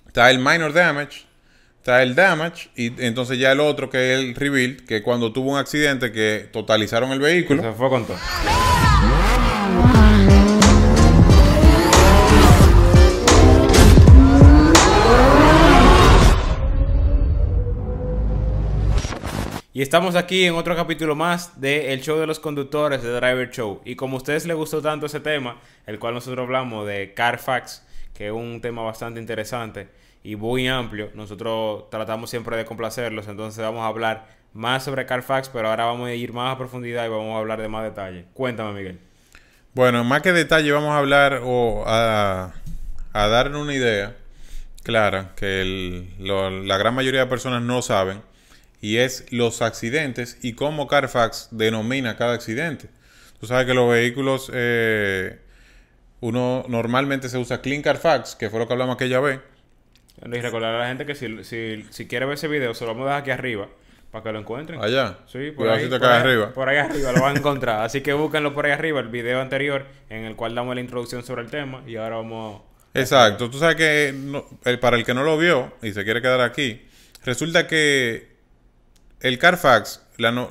Está el minor damage, está el damage, y entonces ya el otro que es el rebuild, que cuando tuvo un accidente que totalizaron el Que vehículo. se fue con todo. Y estamos aquí en otro capítulo más de El Show de los Conductores de Driver Show. Y como a ustedes les gustó tanto ese tema, el cual nosotros hablamos de Carfax, que es un tema bastante interesante y muy amplio, nosotros tratamos siempre de complacerlos, entonces vamos a hablar más sobre Carfax, pero ahora vamos a ir más a profundidad y vamos a hablar de más detalle. Cuéntame, Miguel. Bueno, más que detalle vamos a hablar a dar una idea clara que la gran mayoría de personas no saben, y es los accidentes y cómo Carfax denomina cada accidente. Tú sabes que los vehículos, uno normalmente se usa Clean Carfax, que fue lo que hablamos aquella vez. Y recordar a la gente que si quiere ver ese video, se lo vamos a dejar aquí arriba para que lo encuentren. Allá. Sí, Cuidado si te caes arriba. por ahí arriba lo van a encontrar. Así que búsquenlo por ahí arriba, el video anterior en el cual damos la introducción sobre el tema. Y ahora vamos... Exacto. Tú sabes que para el que no lo vio y se quiere quedar aquí, resulta que el Carfax,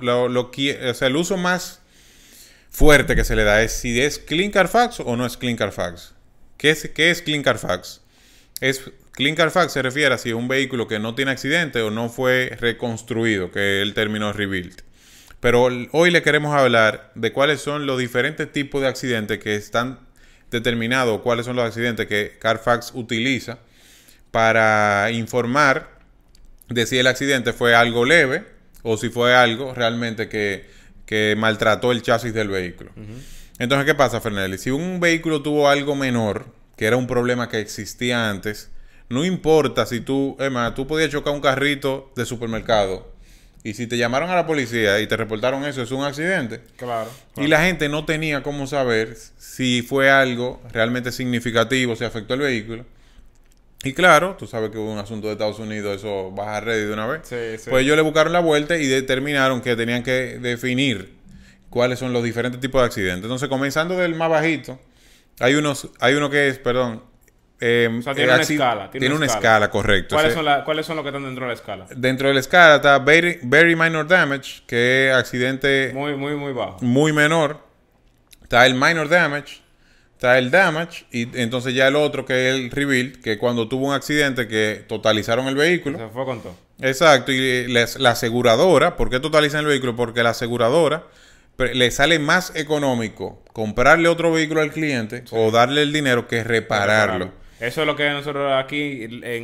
o sea, el uso más fuerte que se le da es si es Clean Carfax o no es Clean Carfax. ¿Qué es Clean Carfax? Clean Carfax se refiere a si es un vehículo que no tiene accidente o no fue reconstruido, que es el término rebuild. Pero hoy le queremos hablar de cuáles son los diferentes tipos de accidentes que están determinados, cuáles son los accidentes que Carfax utiliza para informar de si el accidente fue algo leve o si fue algo realmente que maltrató el chasis del vehículo. Entonces, ¿qué pasa, Fernelli? Si un vehículo tuvo algo menor, que era un problema que existía antes, no importa si tú podías chocar un carrito de supermercado y si te llamaron a la policía y te reportaron eso, es un accidente. Claro. Y la gente no tenía cómo saber si fue algo realmente significativo, si afectó el vehículo. Y claro, tú sabes que hubo un asunto de Estados Unidos, eso baja ready de una vez. Sí, sí. Pues ellos le buscaron la vuelta y determinaron que tenían que definir cuáles son los diferentes tipos de accidentes. Entonces, comenzando del más bajito, hay uno que es, perdón, O sea, tiene una escala. Tiene una escala, correcto. ¿Cuáles son los que están dentro de la escala? Dentro de la escala está very minor damage, que es accidente Muy, muy, muy bajo. muy menor. Está el minor damage, está el damage, y entonces ya el otro que es el rebuild, que cuando tuvo un accidente que totalizaron el vehículo. Se fue con todo. Exacto, y la aseguradora, ¿por qué totalizan el vehículo? Porque la aseguradora le sale más económico comprarle otro vehículo al cliente o darle el dinero que repararlo. Eso es lo que nosotros aquí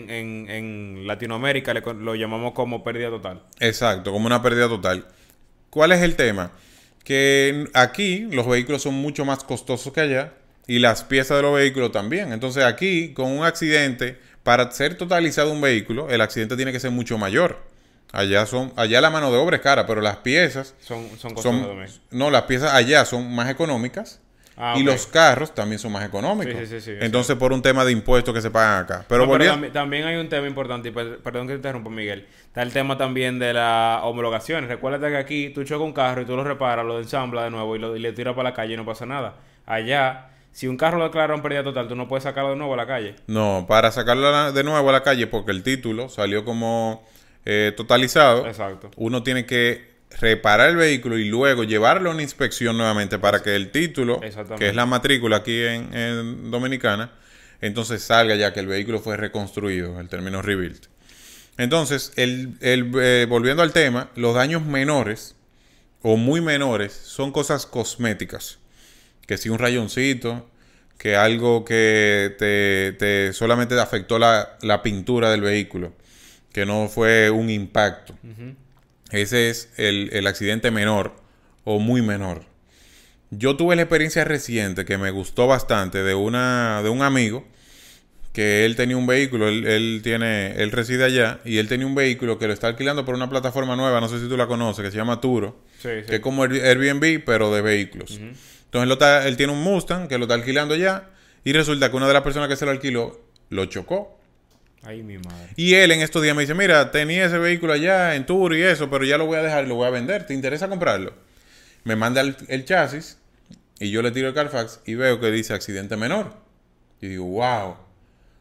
en Latinoamérica lo llamamos como pérdida total. Exacto, como una pérdida total. ¿Cuál es el tema? Que aquí los vehículos son mucho más costosos que allá y las piezas de los vehículos también. Entonces aquí, con un accidente, para ser totalizado un vehículo, el accidente tiene que ser mucho mayor. Allá la mano de obra es cara, pero las piezas Son costosas también. no, las piezas allá son más económicas. Ah, Y ok. los carros también son más económicos. Sí, Entonces, por un tema de impuestos que se pagan acá. Pero No, volviendo... también hay un tema importante, y perdón que te interrumpa, Miguel. Está el tema también de las homologaciones. Recuerda que aquí tú chocas un carro y tú lo reparas, lo ensamblas de nuevo y le tiras para la calle y no pasa nada. Allá, si un carro lo declaran pérdida total, tú no puedes sacarlo de nuevo a la calle. No, para sacarlo de nuevo a la calle, porque el título salió como totalizado. Exacto. Uno tiene que reparar el vehículo y luego llevarlo a una inspección nuevamente para que el título, que es la matrícula aquí en Dominicana, entonces salga ya que el vehículo fue reconstruido, el término rebuild. Entonces, volviendo al tema, los daños menores o muy menores son cosas cosméticas. Que si un rayoncito, que algo que te solamente afectó la pintura del vehículo, que no fue un impacto. Ese es el accidente menor o muy menor. Yo tuve la experiencia reciente que me gustó bastante de un amigo que él tenía un vehículo, él reside allá y él tenía un vehículo que lo está alquilando por una plataforma nueva, no sé si tú la conoces, que se llama Turo, Sí. que es como Airbnb pero de vehículos. Entonces él tiene un Mustang que lo está alquilando allá y resulta que una de las personas que se lo alquiló lo chocó. Ay, mi madre. Y él en estos días me dice, mira, tenía ese vehículo allá en Turo y eso, pero ya lo voy a dejar y lo voy a vender. ¿Te interesa comprarlo? Me manda el chasis y yo le tiro el Carfax y veo que dice accidente menor. Y digo, wow.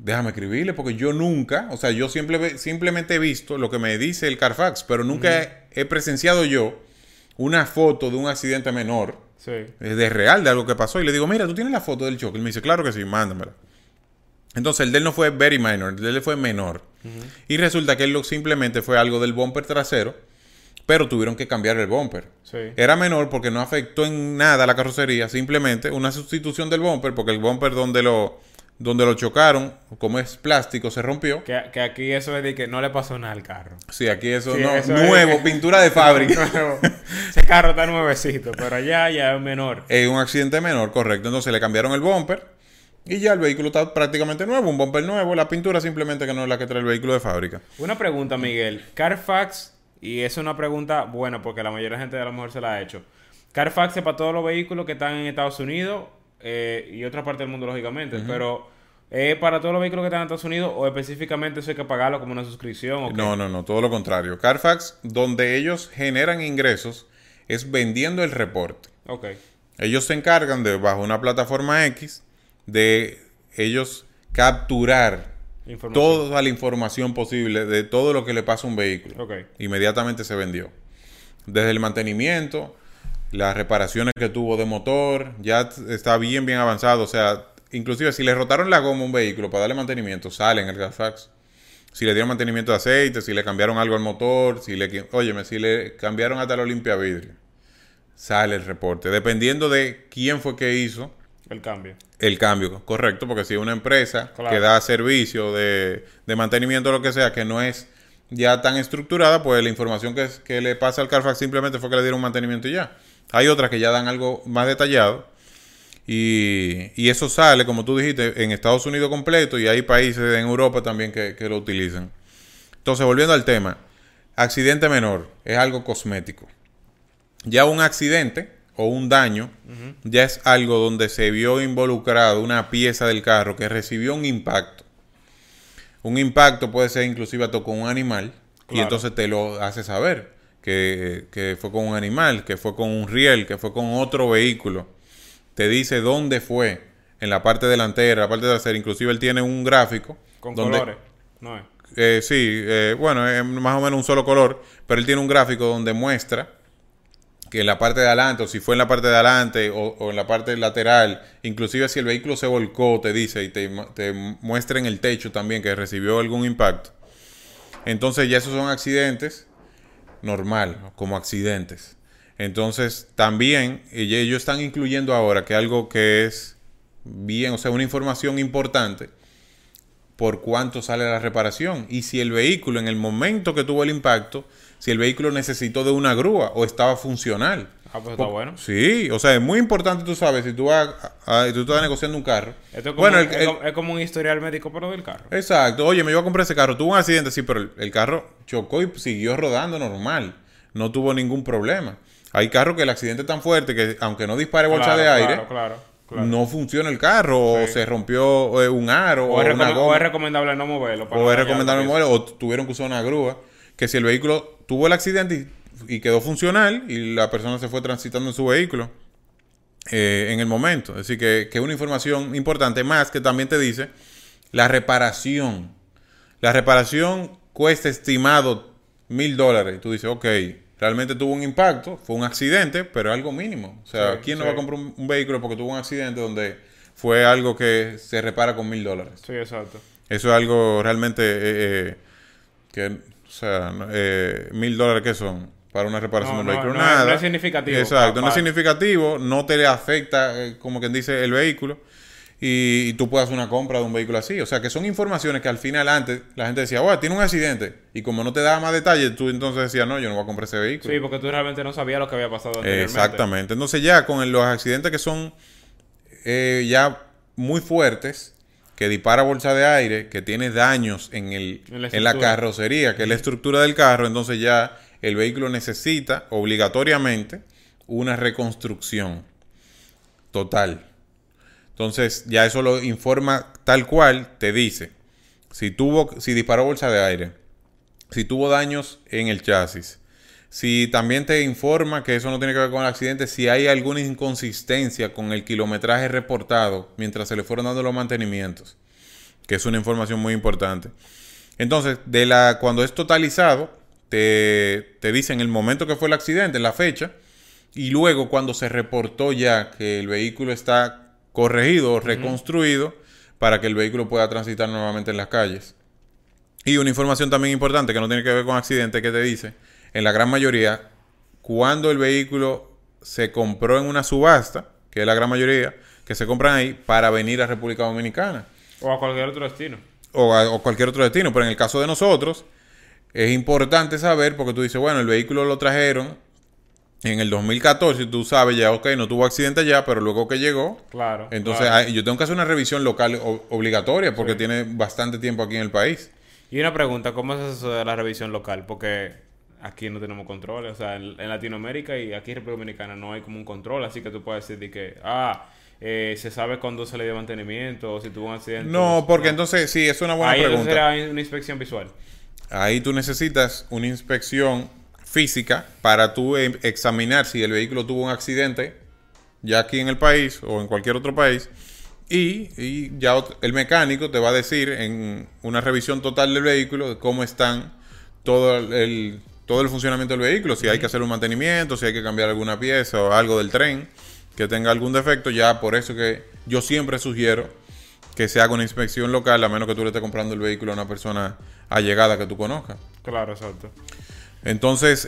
déjame escribirle, porque yo nunca, o sea, yo simplemente he visto lo que me dice el Carfax, pero nunca he presenciado yo una foto de un accidente menor, Sí. de real, de algo que pasó. Y le digo, mira, ¿tú tienes la foto del choque? Y me dice, claro que sí, mándamela. Entonces, el de él no fue very minor, el de él fue menor. Y resulta que él simplemente fue algo del bumper trasero, pero tuvieron que cambiar el bumper. Sí. Era menor porque no afectó en nada la carrocería, simplemente una sustitución del bumper, porque el bumper donde lo chocaron, como es plástico, se rompió. Que aquí eso es de que no le pasó nada al carro. Sí, aquí eso Sí, no, eso nuevo, es- pintura de fábrica. Nuevo. Ese carro está nuevecito, pero allá ya es menor. Es un accidente menor, correcto. Entonces le cambiaron el bumper y ya el vehículo está prácticamente nuevo, un bumper nuevo. La pintura simplemente que no es la que trae el vehículo de fábrica. Una pregunta, Miguel. Carfax, y es una pregunta buena porque la mayoría de la gente a lo mejor se la ha hecho. Carfax es para todos los vehículos que están en Estados Unidos y otra parte del mundo, lógicamente. Pero ¿es para todos los vehículos que están en Estados Unidos o específicamente eso hay que pagarlo como una suscripción? ¿O qué? No, todo lo contrario. Carfax, donde ellos generan ingresos, es vendiendo el reporte. Ok. Ellos se encargan de, bajo una plataforma X, de ellos capturar Información. toda la información posible de todo lo que le pasa a un vehículo. Ok. Inmediatamente se vendió. Desde el mantenimiento, las reparaciones que tuvo de motor, ya está bien avanzado. O sea, inclusive si le rotaron la goma a un vehículo para darle mantenimiento, sale en el Carfax. Si le dieron mantenimiento de aceite, si le cambiaron algo al motor, si le cambiaron hasta la limpia vidrio, sale el reporte. Dependiendo de quién fue que hizo El cambio. el cambio, correcto, porque si es una empresa Claro. que da servicio de mantenimiento o lo que sea, que no es ya tan estructurada, pues la información que le pasa al Carfax simplemente fue que le dieron un mantenimiento y ya. Hay otras que ya dan algo más detallado y eso sale, como tú dijiste, en Estados Unidos completo y hay países en Europa también que lo utilizan. Entonces, volviendo al tema, accidente menor es algo cosmético. Ya un accidente o un daño ya es algo donde se vio involucrado una pieza del carro que recibió un impacto. Un impacto puede ser inclusive hasta con un animal y Claro. entonces te lo hace saber que fue con un animal, que fue con un riel, que fue con otro vehículo. Te dice dónde fue en la parte delantera, la parte trasera. Inclusive él tiene un gráfico Con donde colores. No es. sí, bueno, es más o menos un solo color, pero él tiene un gráfico donde muestra que en la parte de adelante, o si fue en la parte de adelante o en la parte lateral, inclusive si el vehículo se volcó, te dice y te muestra en el techo también que recibió algún impacto. Entonces ya esos son accidentes normal, ¿no? Como accidentes. Entonces también ellos están incluyendo ahora que algo que es bien, o sea, una información importante por cuánto sale la reparación y si el vehículo en el momento que tuvo el impacto, si el vehículo necesitó de una grúa o estaba funcional. Ah, pues está bueno. Sí, o sea, es muy importante, tú sabes, si tú tú estás negociando un carro. Esto es como, Bueno, es como un historial médico, pero del carro. exacto. Oye, me iba a comprar ese carro. Tuvo un accidente, sí, pero el carro chocó y siguió rodando normal. No tuvo ningún problema. Hay carros que el accidente es tan fuerte que aunque no dispare bolsa de aire, Claro. no funciona el carro o Sí. se rompió un aro o, O es, una o goma. es recomendable no moverlo. para O no es dañar recomendable la moverlo, o tuvieron que usar una grúa. Que si el vehículo tuvo el accidente y quedó funcional y la persona se fue transitando en su vehículo en el momento. Es decir, que es una información importante, más que también te dice la reparación. La reparación cuesta estimado $1,000. Y tú dices, ok, realmente tuvo un impacto, fue un accidente, pero es algo mínimo. O sea, Sí, ¿quién no sí. va a comprar un vehículo porque tuvo un accidente donde fue algo que se repara con $1,000? Sí, exacto. Eso es algo realmente que, o sea, $1,000 ¿qué son? Para una reparación de un vehículo, nada. No es significativo. Exacto, no es Pa- significativo, no te le afecta, como quien dice, el vehículo. Y tú puedes hacer una compra de un vehículo así. O sea, que son informaciones que al final antes la gente decía, bueno, tiene un accidente. Y como no te daba más detalles, tú entonces decías, no, yo no voy a comprar ese vehículo. Sí, porque tú realmente no sabías lo que había pasado anteriormente. Exactamente. Entonces ya con los accidentes que son ya muy fuertes, que dispara bolsa de aire, que tiene daños en la estructura. carrocería, que es la estructura del carro, entonces ya el vehículo necesita obligatoriamente una reconstrucción total. Entonces ya eso lo informa tal cual, te dice si disparó bolsa de aire, si tuvo daños en el chasis, si también te informa que eso no tiene que ver con el accidente, si hay alguna inconsistencia con el kilometraje reportado mientras se le fueron dando los mantenimientos. que es una información muy importante. Entonces, cuando es totalizado, te dicen el momento que fue el accidente, la fecha, y luego cuando se reportó ya que el vehículo está corregido o reconstruido para que el vehículo pueda transitar nuevamente en las calles. Y una información también importante que no tiene que ver con accidentes, que te dice, en la gran mayoría, cuando el vehículo se compró en una subasta, que es la gran mayoría, que se compran ahí para venir a República Dominicana. O a cualquier otro destino. O cualquier otro destino. Pero en el caso de nosotros, es importante saber, porque tú dices, bueno, el vehículo lo trajeron en el 2014, tú sabes ya, ok, no tuvo accidente ya, pero luego que llegó, claro, entonces claro. Yo tengo que hacer una revisión local obligatoria, porque tiene bastante tiempo aquí en el país. Y una pregunta, ¿cómo es eso de la revisión local? Porque aquí no tenemos control, o sea, en Latinoamérica y aquí en República Dominicana no hay como un control, así que tú puedes decir de que, se sabe cuándo se le dio mantenimiento o si tuvo un accidente. No, porque entonces, sí, es una buena pregunta. Ahí será una inspección visual. Ahí tú necesitas una inspección física para tú examinar si el vehículo tuvo un accidente ya aquí en el país o en cualquier otro país, y ya el mecánico te va a decir en una revisión total del vehículo cómo están todo el funcionamiento del vehículo, si hay que hacer un mantenimiento, si hay que cambiar alguna pieza o algo del tren que tenga algún defecto. Ya por eso que yo siempre sugiero que se haga una inspección local, a menos que tú le estés comprando el vehículo a una persona allegada que tú conozcas. Claro, exacto. Entonces,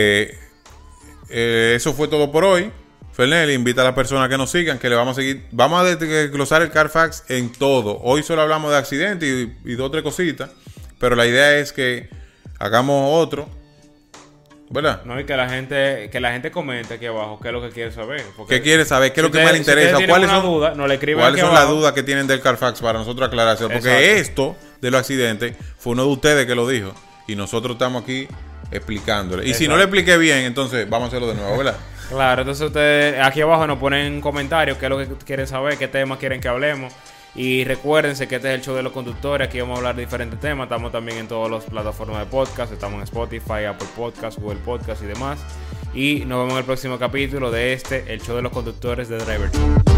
eso fue todo por hoy. Fernel, invita a las personas que nos sigan, que le vamos a seguir. Vamos a desglosar el Carfax en todo. Hoy solo hablamos de accidentes y de otras cositas, pero la idea es que hagamos otro, ¿verdad? No, y que la gente comente aquí abajo qué es lo que quiere saber. ¿Qué quiere saber? ¿Qué es lo que más le interesa? ¿Cuáles son las dudas que tienen del Carfax para nosotros aclararse? Porque esto de los accidentes fue uno de ustedes que lo dijo y nosotros estamos aquí explicándole. Y si no le expliqué bien, entonces vamos a hacerlo de nuevo, ¿verdad? Claro, entonces ustedes aquí abajo nos ponen comentarios qué es lo que quieren saber, qué temas quieren que hablemos. Y recuérdense que este es el show de los conductores. Aquí vamos a hablar de diferentes temas. Estamos también en todas las plataformas de podcast. Estamos en Spotify, Apple Podcast, Google Podcast y demás. Y nos vemos en el próximo capítulo de el show de los conductores de Driver Show.